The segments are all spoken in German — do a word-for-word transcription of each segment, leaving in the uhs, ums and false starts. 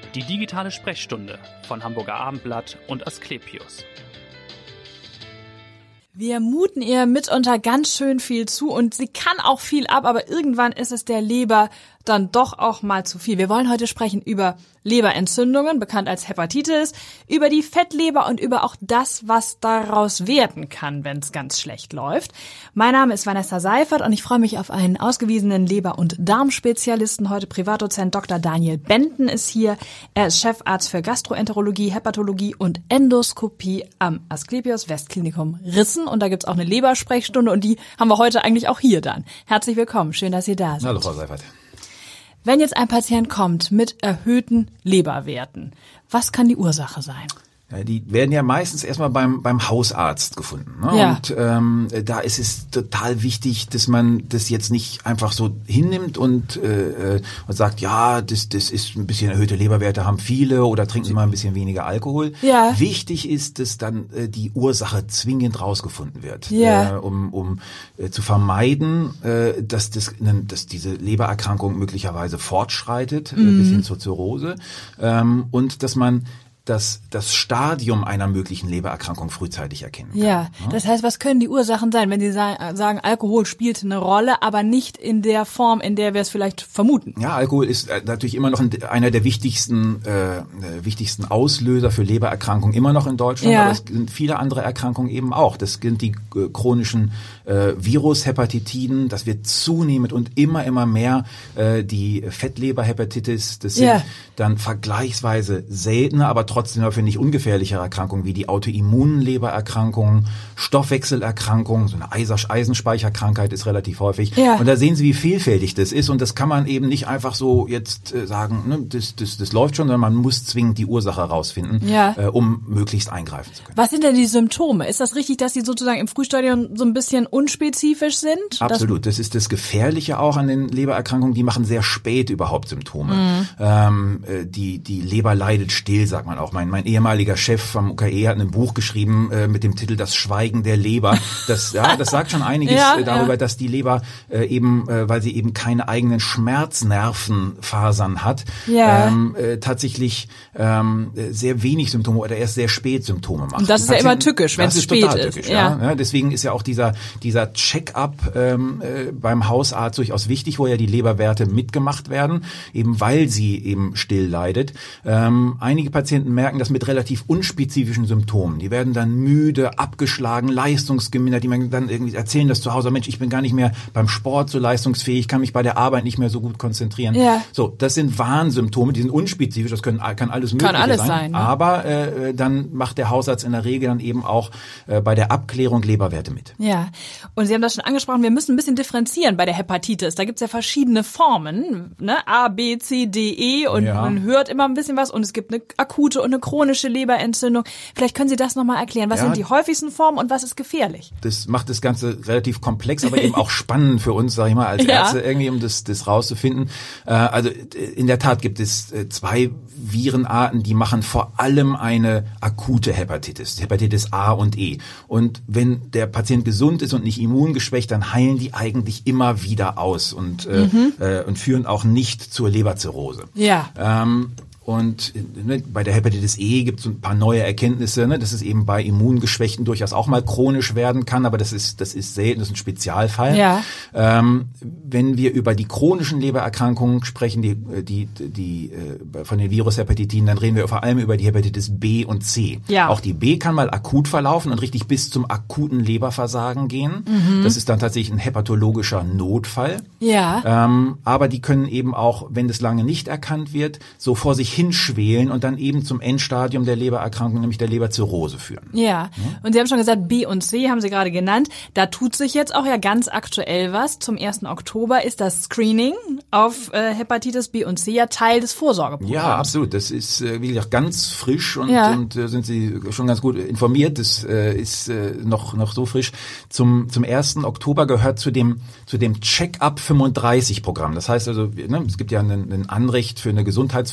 Die digitale Sprechstunde von Hamburger Abendblatt und Asklepios. Wir muten ihr mitunter ganz schön viel zu und sie kann auch viel ab, aber irgendwann ist es der Leber dann doch auch mal zu viel. Wir wollen heute sprechen über Leberentzündungen, bekannt als Hepatitis, über die Fettleber und über auch das, was daraus werden kann, wenn es ganz schlecht läuft. Mein Name ist Vanessa Seifert und ich freue mich auf einen ausgewiesenen Leber- und Darmspezialisten. Heute Privatdozent Doktor Daniel Benten ist hier. Er ist Chefarzt für Gastroenterologie, Hepatologie und Endoskopie am Asklepios Westklinikum Rissen. Und da gibt's auch eine Lebersprechstunde und die haben wir heute eigentlich auch hier dann. Herzlich willkommen, schön, dass Sie da sind. Hallo Frau Seifert. Wenn jetzt ein Patient kommt mit erhöhten Leberwerten, was kann die Ursache sein? Ja, die werden ja meistens erstmal beim beim Hausarzt gefunden. Ne? Ja. Und ähm, da ist es total wichtig, dass man das jetzt nicht einfach so hinnimmt und, äh, und sagt, ja, das das ist ein bisschen erhöhte Leberwerte haben viele oder trinken Sie mal ein bisschen weniger Alkohol. Ja. Wichtig ist, dass dann äh, die Ursache zwingend rausgefunden wird, ja. äh, um um äh, zu vermeiden, äh, dass das dass diese Lebererkrankung möglicherweise fortschreitet, mhm. äh, bis hin zur Zirrhose, ähm, und dass man das, das Stadium einer möglichen Lebererkrankung frühzeitig erkennen kann. Ja, das heißt, was können die Ursachen sein, wenn Sie sagen, Alkohol spielt eine Rolle, aber nicht in der Form, in der wir es vielleicht vermuten? Ja, Alkohol ist natürlich immer noch einer der wichtigsten, äh, wichtigsten Auslöser für Lebererkrankungen, immer noch in Deutschland, ja. aber es sind viele andere Erkrankungen eben auch. Das sind die äh, chronischen äh, Virushepatitiden, das wird zunehmend und immer, immer mehr äh, die Fettleberhepatitis, das sind ja. dann vergleichsweise seltener, aber trotzdem für nicht ungefährlichere Erkrankungen wie die Autoimmunlebererkrankungen, Stoffwechselerkrankungen, so eine Eisenspeicherkrankheit ist relativ häufig. Ja. Und da sehen Sie, wie vielfältig das ist. Und das kann man eben nicht einfach so jetzt äh, sagen, ne, das, das, das läuft schon, sondern man muss zwingend die Ursache herausfinden, ja. äh, um möglichst eingreifen zu können. Was sind denn die Symptome? Ist das richtig, dass sie sozusagen im Frühstadium so ein bisschen unspezifisch sind? Absolut. Das ist das Gefährliche auch an den Lebererkrankungen. Die machen sehr spät überhaupt Symptome. Mhm. Ähm, die, die Leber leidet still, sagt man auch. Mein, mein ehemaliger Chef vom U K E hat ein Buch geschrieben äh, mit dem Titel Das Schweigen der Leber. Das, ja, das sagt schon einiges ja, äh, darüber, ja. dass die Leber äh, eben, äh, weil sie eben keine eigenen Schmerznervenfasern hat, ja. ähm, äh, tatsächlich ähm, sehr wenig Symptome oder erst sehr spät Symptome macht. Und das ist ja immer tückisch, wenn es zu spät ist. Tückisch, ja. Ja. Ja, deswegen ist ja auch dieser dieser Check-up ähm, äh, beim Hausarzt durchaus wichtig, wo ja die Leberwerte mitgemacht werden, eben weil sie eben still leidet. Ähm, einige Patienten merken das mit relativ unspezifischen Symptomen. Die werden dann müde, abgeschlagen, leistungsgemindert. Die dann irgendwie erzählen das zu Hause, Mensch, ich bin gar nicht mehr beim Sport so leistungsfähig, kann mich bei der Arbeit nicht mehr so gut konzentrieren. Ja. So, das sind Warnsymptome, die sind unspezifisch, das können, kann alles Mögliche kann alles sein. sein ne? Aber äh, dann macht der Hausarzt in der Regel dann eben auch äh, bei der Abklärung Leberwerte mit. Ja, und Sie haben das schon angesprochen, wir müssen ein bisschen differenzieren bei der Hepatitis. Da gibt's ja verschiedene Formen, ne? A, B, C, D, E und ja. man hört immer ein bisschen was und es gibt eine akute und eine chronische Leberentzündung. Vielleicht können Sie das nochmal erklären. Was ja, sind die häufigsten Formen und was ist gefährlich? Das macht das Ganze relativ komplex, aber eben auch spannend für uns, sag ich mal, als ja. Ärzte irgendwie, um das, das rauszufinden. Äh, also in der Tat gibt es äh, zwei Virenarten, die machen vor allem eine akute Hepatitis, Hepatitis A und E. Und wenn der Patient gesund ist und nicht immungeschwächt, dann heilen die eigentlich immer wieder aus und, mhm. äh, und führen auch nicht zur Leberzirrhose. Ja. Ähm, Und ne, bei der Hepatitis E gibt es ein paar neue Erkenntnisse, ne, dass es eben bei Immungeschwächten durchaus auch mal chronisch werden kann, aber das ist das ist selten, das ist ein Spezialfall. Ja. Ähm, wenn wir über die chronischen Lebererkrankungen sprechen, die die die äh, von den Virushepatitiden, dann reden wir vor allem über die Hepatitis B und C. Ja. Auch die B kann mal akut verlaufen und richtig bis zum akuten Leberversagen gehen. Mhm. Das ist dann tatsächlich ein hepatologischer Notfall. Ja. Ähm, aber die können eben auch, wenn das lange nicht erkannt wird, so vor sich hinschwelen und dann eben zum Endstadium der Lebererkrankung, nämlich der Leberzirrhose führen. Ja. ja, und Sie haben schon gesagt, B und C haben Sie gerade genannt. Da tut sich jetzt auch ja ganz aktuell was. Zum ersten Oktober ist das Screening auf äh, Hepatitis B und C ja Teil des Vorsorgeprogramms. Ja, absolut. Das ist, äh, wie gesagt, ganz frisch und, ja. und äh, sind Sie schon ganz gut informiert. Das äh, ist äh, noch noch so frisch. Zum zum ersten Oktober gehört zu dem zu dem Check-up fünfunddreißig Programm. Das heißt also, ne, es gibt ja ein, ein Anrecht für eine Gesundheitsvorsorge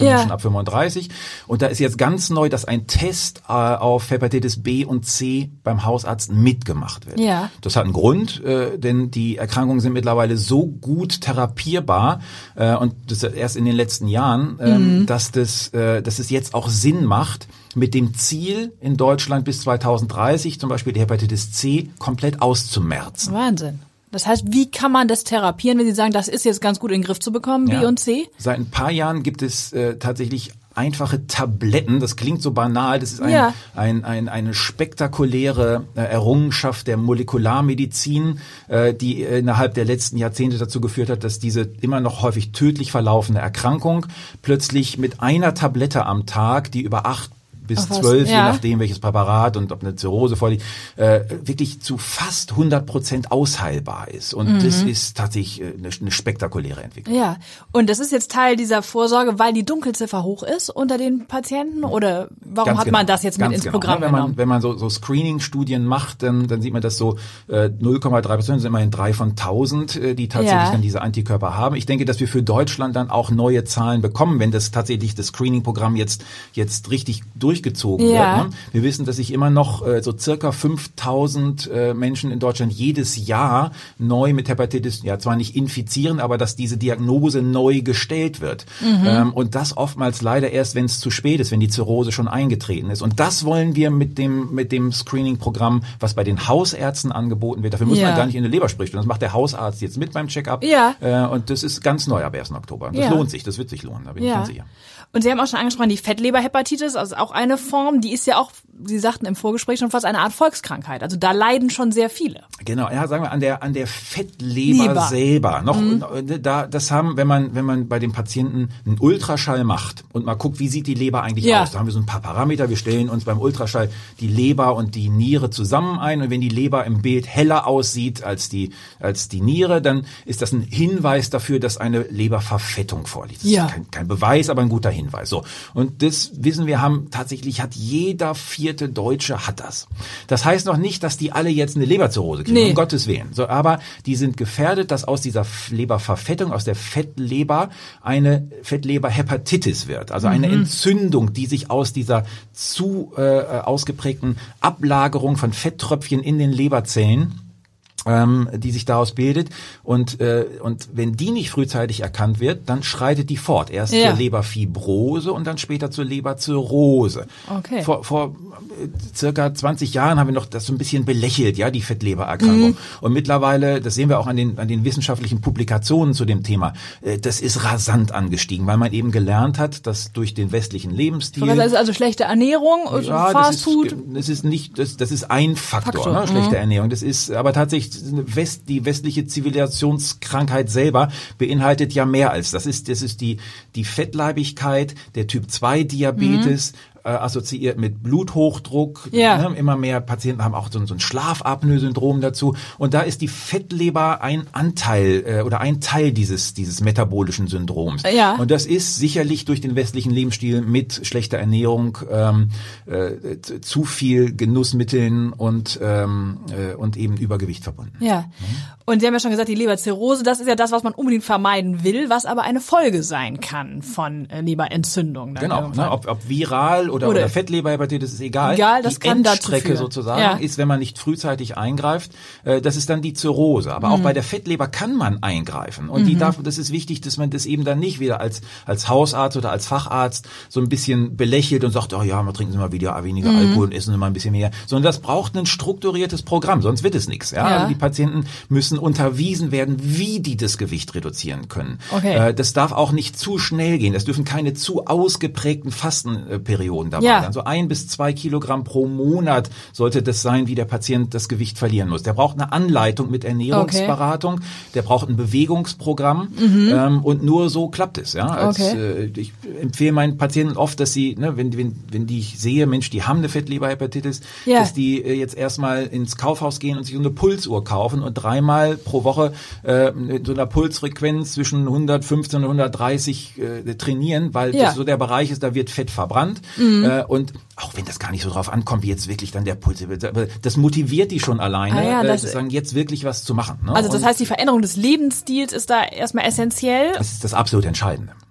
zumindest Ja. schon ab fünfunddreißig. Und da ist jetzt ganz neu, dass ein Test äh, auf Hepatitis B und C beim Hausarzt mitgemacht wird. Ja. Das hat einen Grund, äh, denn die Erkrankungen sind mittlerweile so gut therapierbar äh, und das erst in den letzten Jahren, äh, Mhm. dass das, äh, dass es jetzt auch Sinn macht, mit dem Ziel in Deutschland bis zweitausenddreißig zum Beispiel die Hepatitis C komplett auszumerzen. Wahnsinn. Das heißt, wie kann man das therapieren, wenn Sie sagen, das ist jetzt ganz gut in den Griff zu bekommen, B Ja. und C? Seit ein paar Jahren gibt es äh, tatsächlich einfache Tabletten. Das klingt so banal. Das ist ein, Ja. ein, ein, eine spektakuläre äh, Errungenschaft der Molekularmedizin, äh, die innerhalb der letzten Jahrzehnte dazu geführt hat, dass diese immer noch häufig tödlich verlaufende Erkrankung plötzlich mit einer Tablette am Tag, die über acht bis Ach was, zwölf, je ja. nachdem welches Präparat und ob eine Zirrhose vorliegt, äh, wirklich zu fast hundert Prozent ausheilbar ist. Und Mhm. das ist tatsächlich äh, eine, eine spektakuläre Entwicklung. Ja, und das ist jetzt Teil dieser Vorsorge, weil die Dunkelziffer hoch ist unter den Patienten, oder warum Ganz hat genau. man das jetzt mit Ganz ins genau. Programm Wenn man, genommen? wenn man so, so Screening-Studien macht, dann, dann sieht man, dass so äh, null Komma drei Prozent sind immerhin drei von tausend, äh, die tatsächlich Ja. dann diese Antikörper haben. Ich denke, dass wir für Deutschland dann auch neue Zahlen bekommen, wenn das tatsächlich das Screening-Programm jetzt jetzt richtig durchgezogen Ja. wird. Ne? Wir wissen, dass sich immer noch äh, so circa fünftausend äh, Menschen in Deutschland jedes Jahr neu mit Hepatitis, ja zwar nicht infizieren, aber dass diese Diagnose neu gestellt wird. Mhm. Ähm, und das oftmals leider erst, wenn es zu spät ist, wenn die Zirrhose schon eingetreten ist. Und das wollen wir mit dem mit dem Screening-Programm, was bei den Hausärzten angeboten wird. Dafür muss Ja. man gar nicht in eine Lebersprechstunde. Das macht der Hausarzt jetzt mit beim Check-up. Ja. Äh, und das ist ganz neu ab ersten Oktober. Das Ja. lohnt sich, das wird sich lohnen, da bin ich ganz sicher. Und Sie haben auch schon angesprochen, die Fettleberhepatitis, also auch eine Form, die ist ja auch, Sie sagten im Vorgespräch, schon fast eine Art Volkskrankheit. Also da leiden schon sehr viele. Genau, ja, sagen wir an der an der Fettleber Leber. selber noch da das haben, wenn man wenn man bei dem Patienten einen Ultraschall macht und mal guckt, wie sieht die Leber eigentlich Ja. aus? Da haben wir so ein paar Parameter, wir stellen uns beim Ultraschall die Leber und die Niere zusammen ein und wenn die Leber im Bild heller aussieht als die als die Niere, dann ist das ein Hinweis dafür, dass eine Leberverfettung vorliegt. Das Ja. ist kein, kein Beweis, aber ein guter Hinweis. So, und das wissen wir, haben tatsächlich hat jeder vierte Deutsche hat das. Das heißt noch nicht, dass die alle jetzt eine Leberzirrhose kriegen, Nee. um Gottes Willen. So, aber die sind gefährdet, dass aus dieser Leberverfettung, aus der Fettleber eine Fettleberhepatitis wird. Also eine Entzündung, die sich aus dieser zu äh, ausgeprägten Ablagerung von Fetttröpfchen in den Leberzellen ähm, die sich daraus bildet. Und äh, und wenn die nicht frühzeitig erkannt wird, dann schreitet die fort. Erst Ja. zur Leberfibrose und dann später zur Leberzirrhose. Okay. Vor, vor äh, circa zwanzig Jahren haben wir noch das so ein bisschen belächelt, ja, die Fettlebererkrankung. Mhm. Und mittlerweile, das sehen wir auch an den an den wissenschaftlichen Publikationen zu dem Thema, äh, das ist rasant angestiegen, weil man eben gelernt hat, dass durch den westlichen Lebensstil Das ist also schlechte Ernährung, ja, Fastfood. Das ist, das ist nicht, das, das ist ein Faktor, Faktor, ne, schlechte mhm. Ernährung. Das ist aber tatsächlich eine West, die westliche Zivilisationskrankheit selber beinhaltet ja mehr als das ist. Das ist die die Fettleibigkeit, der Typ zwei Diabetes. Mhm. assoziiert mit Bluthochdruck. Ja. Ne? Immer mehr Patienten haben auch so, so ein Schlafapnoe-Syndrom dazu. Und da ist die Fettleber ein Anteil äh, oder ein Teil dieses dieses metabolischen Syndroms. Ja. Und das ist sicherlich durch den westlichen Lebensstil mit schlechter Ernährung, ähm, äh, zu viel Genussmitteln und ähm, äh, und eben Übergewicht verbunden. Ja. Und Sie haben ja schon gesagt, die Leberzirrhose, das ist ja das, was man unbedingt vermeiden will, was aber eine Folge sein kann von äh, Leberentzündung. dann Genau, irgendwann. ne, ob, ob viral oder, Oder- oder Fettleberhepatitis ist egal. Egal, das die kann dazu Endstrecke führen. sozusagen Ja. ist, wenn man nicht frühzeitig eingreift, äh, das ist dann die Zirrhose. Aber auch bei der Fettleber kann man eingreifen. Und die darf, das ist wichtig, dass man das eben dann nicht wieder als als Hausarzt oder als Facharzt so ein bisschen belächelt und sagt, oh ja, wir trinken Sie mal wieder weniger Alkohol und essen Sie mal ein bisschen mehr. Sondern das braucht ein strukturiertes Programm, sonst wird es nichts. Ja? Ja. Also die Patienten müssen unterwiesen werden, wie die das Gewicht reduzieren können. Okay. Äh, das darf auch nicht zu schnell gehen. Es dürfen keine zu ausgeprägten Fastenperioden dabei Ja. sein. So ein bis zwei Kilogramm pro Monat sollte das sein, wie der Patient das Gewicht verlieren muss. Der braucht eine Anleitung mit Ernährungsberatung. Der braucht ein Bewegungsprogramm. Ähm, und nur so klappt es. Ja, Als, Okay. äh, ich empfehle meinen Patienten oft, dass sie, ne, wenn, wenn, wenn die ich sehe, Mensch, die haben eine Fettleberhepatitis, Ja. dass die äh, jetzt erstmal ins Kaufhaus gehen und sich so eine Pulsuhr kaufen und dreimal pro Woche äh, mit so einer Pulsfrequenz zwischen hundertfünfzehn und hundertdreißig äh, trainieren, weil Ja. das so der Bereich ist, da wird Fett verbrannt. Äh, und auch wenn das gar nicht so drauf ankommt, wie jetzt wirklich dann der Puls wird, aber das motiviert die schon alleine, Ah ja, äh, das- sozusagen jetzt wirklich was zu machen. Ne? Also das Und heißt, die Veränderung des Lebensstils ist da erstmal essentiell. das ist das absolut Entscheidende.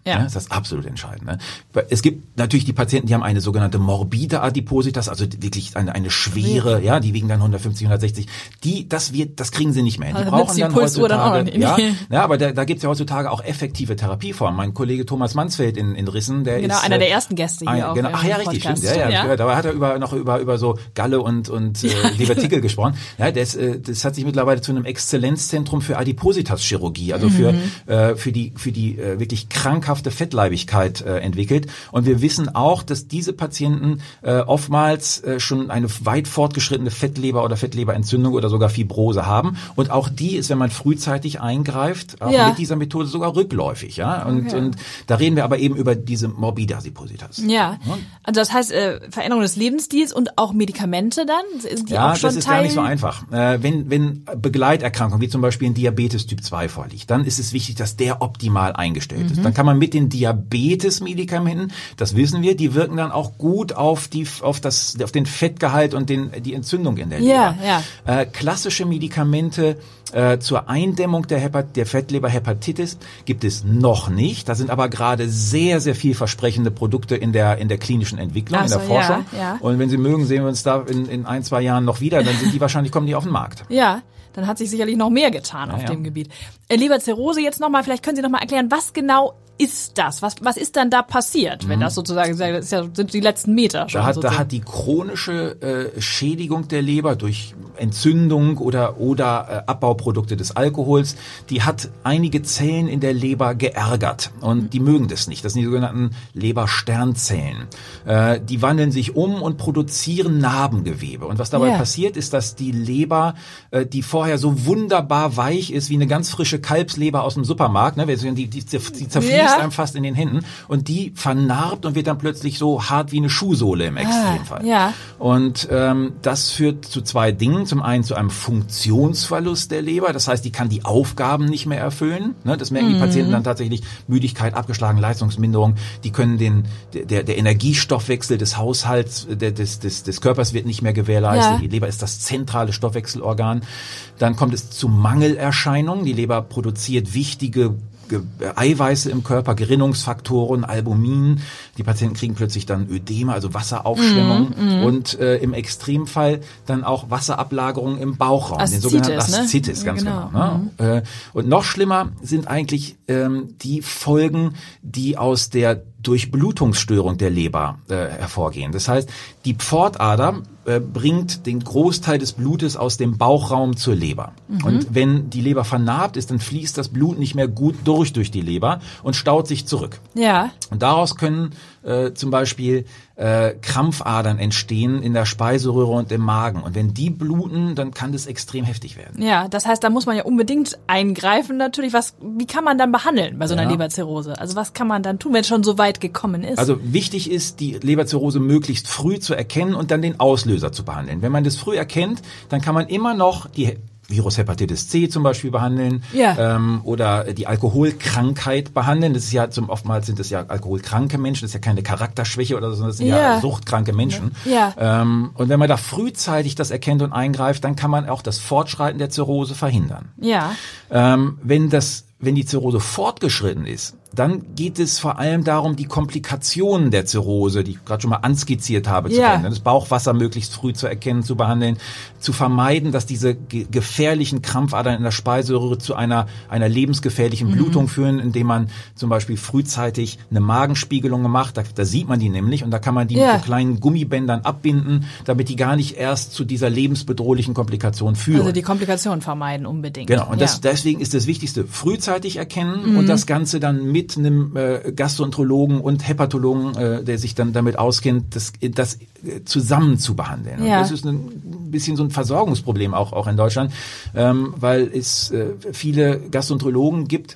Ja. Ja, das ist das absolut Entscheidende. Es gibt natürlich die Patienten, die haben eine sogenannte morbide Adipositas, also wirklich eine, eine schwere, ja, die wiegen dann hundertfünfzig, hundertsechzig. Die, das wird, das kriegen sie nicht mehr. Die also brauchen die dann Pulsuhr heutzutage, dann auch ja, ja, aber da, da gibt es ja heutzutage auch effektive Therapieformen. Mein Kollege Thomas Mansfeld in, in Rissen, der genau, ist einer der ersten Gäste hier ein, auch. Genau, ach ja, richtig, stimmt. Ja, ja, ja. Gehört. Da hat er über noch über über so Galle und und äh, Lebertickel gesprochen. Ja, das, äh, das hat sich mittlerweile zu einem Exzellenzzentrum für Adipositas-Chirurgie, also für mhm. äh, für die für die äh, wirklich krankhafte Fettleibigkeit Äh, entwickelt. Und wir wissen auch, dass diese Patienten äh, oftmals äh, schon eine weit fortgeschrittene Fettleber- oder Fettleberentzündung oder sogar Fibrose haben. Und auch die ist, wenn man frühzeitig eingreift, auch ja. mit dieser Methode sogar rückläufig. Ja. Und, okay. und da reden wir aber eben über diese morbide Adipositas. Ja. ja. Also das heißt äh, Veränderung des Lebensstils und auch Medikamente dann? Sind die ja, auch schon das ist Teil? gar nicht so einfach. Äh, wenn, wenn Begleiterkrankungen wie zum Beispiel ein Diabetes Typ zwei vorliegt, dann ist es wichtig, dass der optimal eingestellt mhm. ist. Dann kann man mit den Diabetes-Medikamenten, das wissen wir, die wirken dann auch gut auf die auf das auf den Fettgehalt und den die Entzündung in der Leber. Ja, ja. Äh, klassische Medikamente äh, zur Eindämmung der, Hepat- der Fettleberhepatitis gibt es noch nicht. Da sind aber gerade sehr sehr vielversprechende Produkte in der in der klinischen Entwicklung, Ach in der so, Forschung. Ja, ja. Und wenn Sie mögen, sehen wir uns da in, in ein zwei Jahren noch wieder. Dann sind die wahrscheinlich kommen die auf den Markt. Ja. Dann hat sich sicherlich noch mehr getan ja, auf ja. dem Gebiet. Äh, Leberzirrhose jetzt nochmal, vielleicht können Sie nochmal erklären, was genau ist das? Was, was ist dann da passiert, wenn mhm. das sozusagen, das ist ja, sind die letzten Meter schon? Da hat, sozusagen. da hat die chronische äh, Schädigung der Leber durch Entzündung oder, oder äh, Abbauprodukte des Alkohols, die hat einige Zellen in der Leber geärgert und mhm. die mögen das nicht. Das sind die sogenannten Lebersternzellen. Äh, die wandeln sich um und produzieren Narbengewebe. Und was dabei yeah. passiert, ist, dass die Leber, äh, die vorher so wunderbar weich ist, wie eine ganz frische Kalbsleber aus dem Supermarkt, ne, die, die, die zerfließt yeah. einem fast in den Händen und die vernarbt und wird dann plötzlich so hart wie eine Schuhsohle im Extremfall. Ah, ja. Und ähm, das führt zu zwei Dingen. Zum einen zu einem Funktionsverlust der Leber. Das heißt, die kann die Aufgaben nicht mehr erfüllen. Ne, das merken mm. die Patienten dann tatsächlich. Müdigkeit, abgeschlagen, Leistungsminderung. Die können den der, der Energiestoffwechsel des Haushalts, der, des, des, des Körpers wird nicht mehr gewährleistet. Ja. Die Leber ist das zentrale Stoffwechselorgan. Dann kommt es zu Mangelerscheinungen. Die Leber produziert wichtige Eiweiße im Körper, Gerinnungsfaktoren, Albumin. Die Patienten kriegen plötzlich dann Ödeme, also Wasseraufschwemmung mm, mm. und äh, im Extremfall dann auch Wasserablagerungen im Bauchraum, Aszites, den sogenannten ne? Aszites, ganz ja, genau. genau. Ne? Mm. Äh, und noch schlimmer sind eigentlich ähm, die Folgen, die aus der Durchblutungsstörung der Leber äh, hervorgehen. Das heißt, die Pfortader äh, bringt den Großteil des Blutes aus dem Bauchraum zur Leber. Mhm. Und wenn die Leber vernarbt ist, dann fließt das Blut nicht mehr gut durch durch die Leber und staut sich zurück. Ja. Und daraus können äh, zum Beispiel äh, Krampfadern entstehen in der Speiseröhre und im Magen. Und wenn die bluten, dann kann das extrem heftig werden. Ja, das heißt, da muss man ja unbedingt eingreifen natürlich. Was, wie kann man dann behandeln bei so einer ja. Leberzirrhose? Also was kann man dann tun, wenn es schon so weit gekommen ist? Also wichtig ist, die Leberzirrhose möglichst früh zu erkennen und dann den Auslöser zu behandeln. Wenn man das früh erkennt, dann kann man immer noch die Virus Hepatitis C zum Beispiel behandeln ja. ähm, oder die Alkoholkrankheit behandeln. Das ist ja zum oftmals sind das ja alkoholkranke Menschen, das ist ja keine Charakterschwäche oder so, sondern das sind ja, ja suchtkranke Menschen. Ja. Ähm, und wenn man da frühzeitig das erkennt und eingreift, dann kann man auch das Fortschreiten der Zirrhose verhindern. Ja. Ähm, wenn das wenn die Zirrhose fortgeschritten ist, dann geht es vor allem darum, die Komplikationen der Zirrhose, die ich gerade schon mal anskizziert habe, zu ja. behandeln. Das Bauchwasser möglichst früh zu erkennen, zu behandeln, zu vermeiden, dass diese ge- gefährlichen Krampfadern in der Speiseröhre zu einer einer lebensgefährlichen mhm. Blutung führen, indem man zum Beispiel frühzeitig eine Magenspiegelung macht. Da, da sieht man die nämlich und da kann man die ja. mit so kleinen Gummibändern abbinden, damit die gar nicht erst zu dieser lebensbedrohlichen Komplikation führen. Also die Komplikationen vermeiden unbedingt. Genau, und ja. das, deswegen ist das Wichtigste, frühzeitig erkennen mhm. und das Ganze dann mit mit einem äh, Gastroenterologen und Hepatologen, äh, der sich dann damit auskennt, das, das äh, zusammen zu behandeln. Ja. Und das ist ein bisschen so ein Versorgungsproblem auch, auch in Deutschland, ähm, weil es äh, viele Gastroenterologen gibt,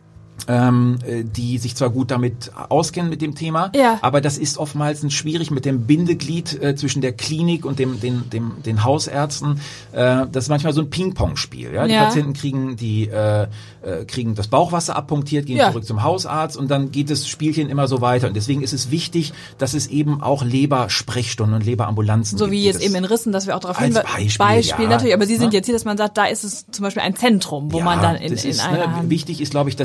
ähm, die sich zwar gut damit auskennen mit dem Thema, ja. aber das ist oftmals schwierig mit dem Bindeglied äh, zwischen der Klinik und dem, dem, dem, den Hausärzten. Äh, das ist manchmal so ein Ping-Pong-Spiel. Ja? Die ja. Patienten kriegen die äh, äh, kriegen das Bauchwasser abpunktiert, gehen ja. zurück zum Hausarzt und dann geht das Spielchen immer so weiter. Und deswegen ist es wichtig, dass es eben auch Lebersprechstunden und Leberambulanzen so gibt. So wie jetzt eben in Rissen, dass wir auch darauf hinweisen. Beispiel, Beispiel ja. natürlich, aber Sie sind ja. jetzt hier, dass man sagt, da ist es zum Beispiel ein Zentrum, wo ja, man dann in, das in ist, einer ne, Hand... Wichtig ist, glaube ich, dass das, das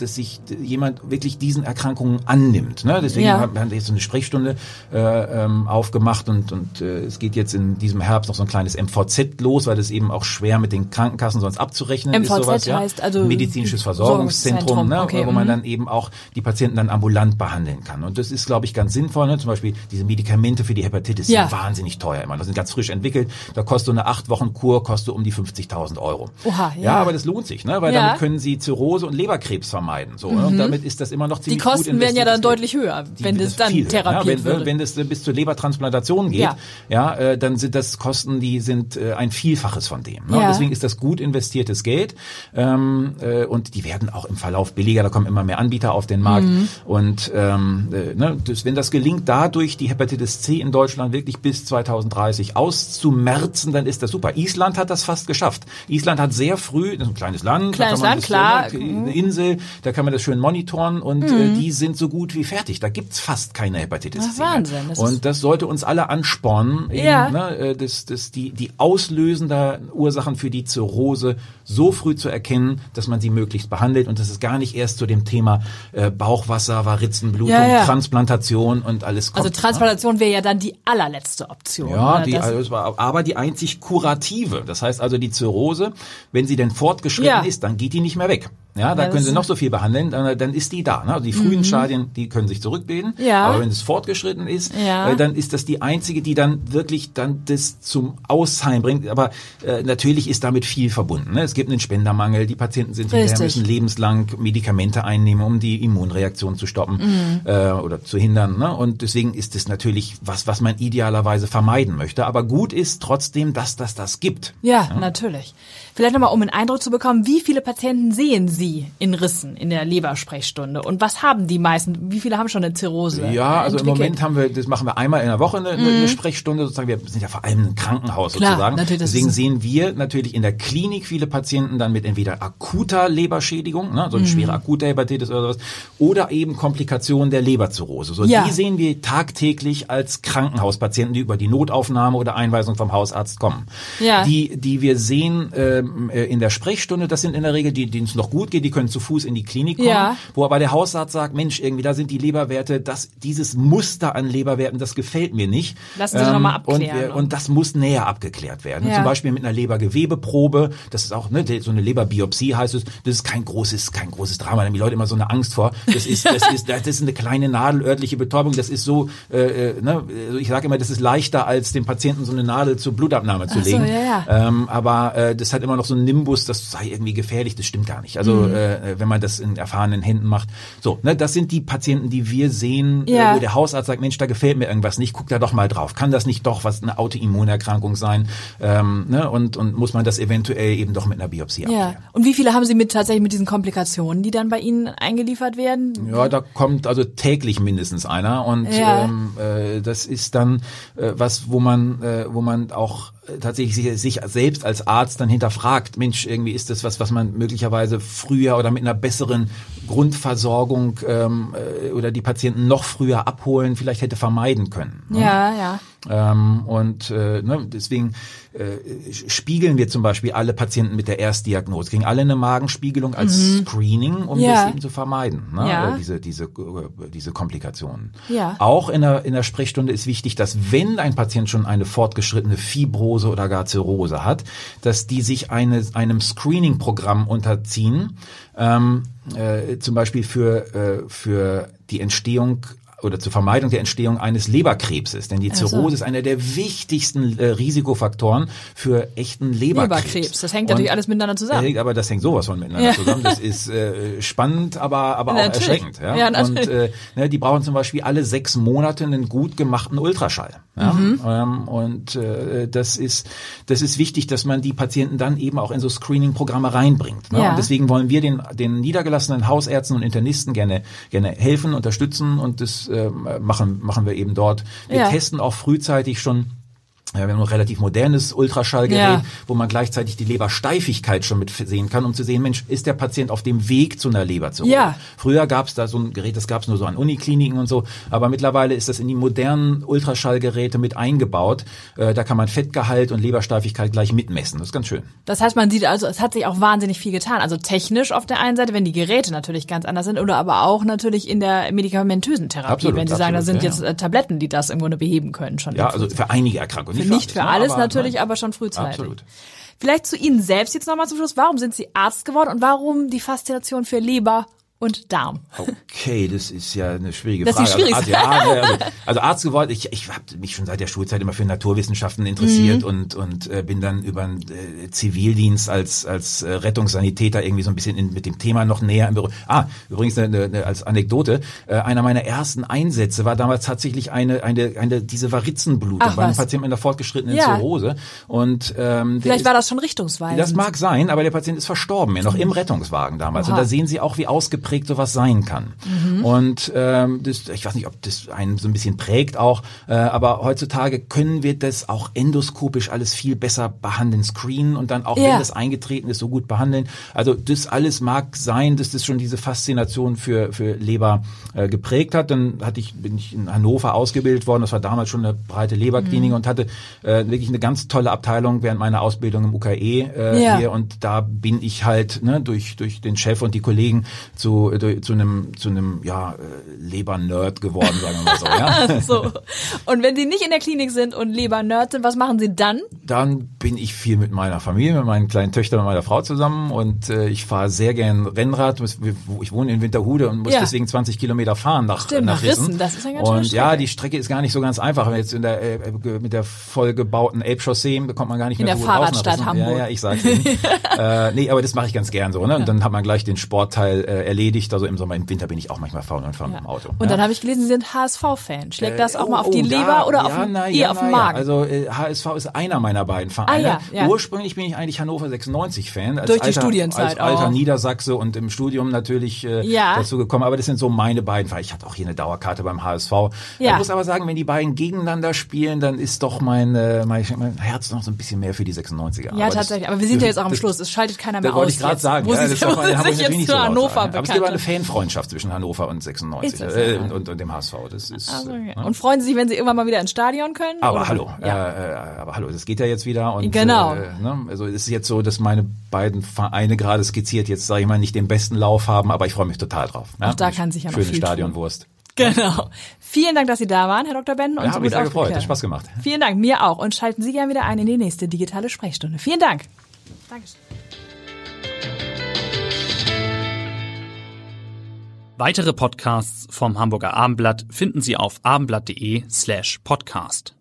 dass sich jemand wirklich diesen Erkrankungen annimmt. Ne? Deswegen ja. haben wir jetzt so eine Sprechstunde äh, ähm, aufgemacht und, und äh, es geht jetzt in diesem Herbst noch so ein kleines M V Z los, weil das eben auch schwer mit den Krankenkassen sonst abzurechnen M V Z ist. Sowas, heißt ja? also medizinisches Versorgungszentrum, ne? Okay. wo man dann eben auch die Patienten dann ambulant behandeln kann. Und das ist, glaube ich, ganz sinnvoll. Ne? Zum Beispiel diese Medikamente für die Hepatitis ja. sind wahnsinnig teuer immer. Das sind ganz frisch entwickelt. Da kostet so eine acht Wochen Kur kostet um die fünfzigtausend Euro. Oha, ja. ja, aber das lohnt sich, ne? weil ja. damit können Sie Zirrhose und Leberkrebs vermeiden. So, mhm. Und damit ist das immer noch ziemlich gut. Die Kosten gut werden ja dann deutlich höher, die, wenn das, das dann viel, therapiert ja, wenn, würde. Wenn das bis zur Lebertransplantation geht, ja, ja äh, dann sind das Kosten, die sind äh, ein Vielfaches von dem. Ne? Ja. Deswegen ist das gut investiertes Geld ähm, äh, und die werden auch im Verlauf billiger. Da kommen immer mehr Anbieter auf den Markt mhm. und ähm, äh, ne, das, wenn das gelingt, dadurch die Hepatitis C in Deutschland wirklich bis zweitausenddreißig auszumerzen, dann ist das super. Island hat das fast geschafft. Island hat sehr früh, das ist ein kleines Land, kleines da kann man Land, das, klar, eine Insel, da kann man das schön monitoren und mhm. äh, die sind so gut wie fertig. Da gibt's fast keine Hepatitis Ach, C. Wahnsinn. Das und das sollte uns alle anspornen, eben, ja. ne, das, das, die, die auslösenden Ursachen für die Zirrhose so früh zu erkennen, dass man sie möglichst behandelt und dass es gar nicht erst zu dem Thema äh, Bauchwasser, Varizenblutung, ja, ja. Transplantation und alles kommt. Also Transplantation ne? wäre ja dann die allerletzte Option. Ja, die, also, aber die einzig kurative. Das heißt also die Zirrhose, wenn sie denn fortgeschritten ja. ist, dann geht die nicht mehr weg. Ja, da ja, können Sie noch so viel behandeln, dann, dann ist die da. Ne? Also die frühen mhm. Stadien, die können sich zurückbilden. Ja. Aber wenn es fortgeschritten ist, ja. äh, dann ist das die einzige, die dann wirklich dann das zum Ausheilen bringt. Aber äh, natürlich ist damit viel verbunden. Ne? Es gibt einen Spendermangel, die Patienten sind hinterher, müssen lebenslang Medikamente einnehmen, um die Immunreaktion zu stoppen mhm. äh, oder zu hindern. Ne? Und deswegen ist es natürlich was, was man idealerweise vermeiden möchte. Aber gut ist trotzdem, dass das das gibt. Ja, ja? natürlich. Vielleicht nochmal, um einen Eindruck zu bekommen, wie viele Patienten sehen Sie in Rissen in der Lebersprechstunde? Und was haben die meisten? Wie viele haben schon eine Zirrhose? Ja, also entwickelt? Im Moment haben wir, das machen wir einmal in der Woche eine, mhm. eine Sprechstunde sozusagen. Wir sind ja vor allem ein Krankenhaus Klar, sozusagen. Natürlich, Deswegen sehen wir natürlich in der Klinik viele Patienten dann mit entweder akuter Leberschädigung, ne, so eine mhm. schwere akute Hepatitis oder sowas, oder eben Komplikationen der Leberzirrhose. So, ja. Die sehen wir tagtäglich als Krankenhauspatienten, die über die Notaufnahme oder Einweisung vom Hausarzt kommen. Ja. Die, die wir sehen äh, in der Sprechstunde, das sind in der Regel die, denen es noch gut geht, die können zu Fuß in die Klinik kommen, ja. wo aber der Hausarzt sagt, Mensch, irgendwie da sind die Leberwerte, das, dieses Muster an Leberwerten, das gefällt mir nicht. Lassen Sie ähm, nochmal abklären. Und, wir, und das muss näher abgeklärt werden. Ja. Zum Beispiel mit einer Lebergewebeprobe, das ist auch ne, so eine Leberbiopsie heißt es, das ist kein großes, kein großes Drama, da haben die Leute immer so eine Angst vor. Das ist, das ist, das ist eine kleine Nadel, örtliche Betäubung, das ist so, äh, ne, ich sage immer, das ist leichter als dem Patienten so eine Nadel zur Blutabnahme zu Ach legen. So, ja, ja. Ähm, aber äh, das hat immer noch so einen Nimbus, das sei irgendwie gefährlich, das stimmt gar nicht. Also mhm. äh, wenn man das in erfahrenen Händen macht. So, ne, das sind die Patienten, die wir sehen, ja. äh, wo der Hausarzt sagt, Mensch, da gefällt mir irgendwas nicht, guck da doch mal drauf. Kann das nicht doch was eine Autoimmunerkrankung sein? Ähm, ne, und, und muss man das eventuell eben doch mit einer Biopsie ja. abklären. Und wie viele haben Sie mit tatsächlich mit diesen Komplikationen, die dann bei Ihnen eingeliefert werden? Ja, da kommt also täglich mindestens einer und ja. ähm, äh, das ist dann äh, was, wo man, äh, wo man auch tatsächlich sich, sich selbst als Arzt dann hinterfragt, Mensch, irgendwie ist das was, was man möglicherweise früher oder mit einer besseren Grundversorgung ähm, oder die Patienten noch früher abholen, vielleicht hätte vermeiden können. Ne? Ja, ja. Ähm, und äh, ne, deswegen äh, spiegeln wir zum Beispiel alle Patienten mit der Erstdiagnose, kriegen alle eine Magenspiegelung als mhm. Screening, um ja. das eben zu vermeiden, ne? ja. äh, diese diese äh, diese Komplikationen. Ja. Auch in der in der Sprechstunde ist wichtig, dass wenn ein Patient schon eine fortgeschrittene Fibrose oder gar Zirrhose hat, dass die sich eine, einem Screening-Programm unterziehen, ähm, äh, zum Beispiel für äh, für die Entstehung oder zur Vermeidung der Entstehung eines Leberkrebses. Denn die Zirrhose also. ist einer der wichtigsten äh, Risikofaktoren für echten Leberkrebs. Leberkrebs, das hängt und, natürlich alles miteinander zusammen. Aber das hängt sowas von miteinander ja. zusammen. Das ist äh, spannend, aber aber auch natürlich. erschreckend. Ja? Ja, und äh, ne, die brauchen zum Beispiel alle sechs Monate einen gut gemachten Ultraschall. Ja? Mhm. Ähm, und äh, das ist das ist wichtig, dass man die Patienten dann eben auch in so Screening-Programme reinbringt. Ne? Ja. Und deswegen wollen wir den den niedergelassenen Hausärzten und Internisten gerne gerne helfen, unterstützen und das machen machen wir eben dort. Wir ja. testen auch frühzeitig schon wir haben ein relativ modernes Ultraschallgerät, ja. wo man gleichzeitig die Lebersteifigkeit schon mit sehen kann, um zu sehen, Mensch, ist der Patient auf dem Weg zu einer Leberzirrhose? Ja. Früher gab es da so ein Gerät, das gab es nur so an Unikliniken und so, aber mittlerweile ist das in die modernen Ultraschallgeräte mit eingebaut. Äh, da kann man Fettgehalt und Lebersteifigkeit gleich mitmessen. Das ist ganz schön. Das heißt, man sieht also, es hat sich auch wahnsinnig viel getan. Also technisch auf der einen Seite, wenn die Geräte natürlich ganz anders sind, oder aber auch natürlich in der medikamentösen Therapie, Absolut, wenn Sie absolut, sagen, da sind ja, jetzt äh, Tabletten, die das im Grunde beheben können schon. Ja, also für einige Erkrankungen. Für nicht für alles aber, natürlich, nein. aber schon frühzeitig. Absolut. Vielleicht zu Ihnen selbst jetzt nochmal zum Schluss. Warum sind Sie Arzt geworden und warum die Faszination für Leber und Darm? Okay, das ist ja eine schwierige das Frage. Das ist die schwierigste. Also, ja, also, also Arzt geworden, ich, ich habe mich schon seit der Schulzeit immer für Naturwissenschaften interessiert mhm. und und äh, bin dann über den äh, Zivildienst als als äh, Rettungssanitäter irgendwie so ein bisschen in, mit dem Thema noch näher im Büro. Ah, übrigens eine, eine, als Anekdote, äh, einer meiner ersten Einsätze war damals tatsächlich eine eine eine diese Varizenblutung bei einem Patienten mit einer fortgeschrittenen ja. Zirrhose. Und ähm, vielleicht ist, war das schon richtungsweisend. Das mag sein, aber der Patient ist verstorben, ja noch im Rettungswagen damals. Oha. Und da sehen Sie auch, wie ausgeprägt sowas sein kann. Mhm. Und ähm, das, ich weiß nicht, ob das einen so ein bisschen prägt auch, äh, aber heutzutage können wir das auch endoskopisch alles viel besser behandeln, screenen und dann auch, ja. wenn das eingetreten ist, so gut behandeln. Also das alles mag sein, dass das schon diese Faszination für für Leber äh, geprägt hat. Dann hatte ich bin ich in Hannover ausgebildet worden. Das war damals schon eine breite Leberklinik mhm. und hatte äh, wirklich eine ganz tolle Abteilung während meiner Ausbildung im U K E äh, ja. hier. Und da bin ich halt ne, durch durch den Chef und die Kollegen zu zu einem zu einem ja Leber-Nerd geworden, sagen wir mal so. Ja? So. Und wenn Sie nicht in der Klinik sind und Leber-Nerd sind, was machen Sie dann? Dann bin ich viel mit meiner Familie, mit meinen kleinen Töchtern und meiner Frau zusammen und äh, ich fahre sehr gern Rennrad. Ich wohne in Winterhude und muss ja. deswegen zwanzig Kilometer fahren nach, Stimmt, nach Rissen. Rissen. Das ist eine ganz und Strecke. Ja, die Strecke ist gar nicht so ganz einfach. Jetzt in der äh, mit der vollgebauten Elbchaussee bekommt man gar nicht in mehr der so gut raus. Fahrradstadt Hamburg. Ja, ja, ich sag's Ihnen. äh, nee, aber das mache ich ganz gern so. Ne? Und dann hat man gleich den Sportteil äh, erledigt. Also im Sommer, im Winter bin ich auch manchmal faul und fahre ja. mit dem Auto. Und ja? dann habe ich gelesen, Sie sind H S V-Fan. Schlägt das äh, auch oh, mal auf die oh, Leber ja, oder ja, auf, na, eher ja, auf den na, Magen? Ja. Also äh, H S V ist einer meiner beiden Vereine. Ah, ja, ja. Ursprünglich bin ich eigentlich Hannover sechsundneunzig-Fan. Durch die alter, Studienzeit als alter auch. Niedersachse und im Studium natürlich äh, ja. dazu gekommen. Aber das sind so meine beiden Vereine. Ich hatte auch hier eine Dauerkarte beim H S V. Ja. Ich muss aber sagen, wenn die beiden gegeneinander spielen, dann ist doch mein, äh, mein, mein Herz noch so ein bisschen mehr für die sechsundneunziger. Ja, aber tatsächlich. Das, aber wir sind das, ja jetzt auch am das, Schluss. Es schaltet keiner mehr das aus. Wollte ich gerade sagen. Wo ja, Sie das ist doch, sich Hamburg jetzt nicht zu so Hannover aber es gibt aber eine Fanfreundschaft zwischen Hannover und sechsundneunzig ist äh, ja. und, und, und dem H S V. Das ist, also, okay. äh, Und freuen Sie sich, wenn Sie irgendwann mal wieder ins Stadion können? Aber oder? hallo, ja. äh, äh, aber hallo, das geht ja jetzt wieder. Und, genau. Äh, ne? Also es ist jetzt so, dass meine beiden Vereine gerade skizziert jetzt, sage ich mal, nicht den besten Lauf haben, aber ich freue mich total drauf. Auch ja? da kann sich ja noch Schöne viel Stadionwurst. Tun. Genau. Vielen Dank, dass Sie da waren, Herr Doktor Benden. Und ja, so habe mich gut sehr gefreut, aufgeklärt. hat Spaß gemacht. Vielen Dank, mir auch. Und schalten Sie gerne wieder ein in die nächste digitale Sprechstunde. Vielen Dank. Dankeschön. Weitere Podcasts vom Hamburger Abendblatt finden Sie auf abendblatt.de slash podcast.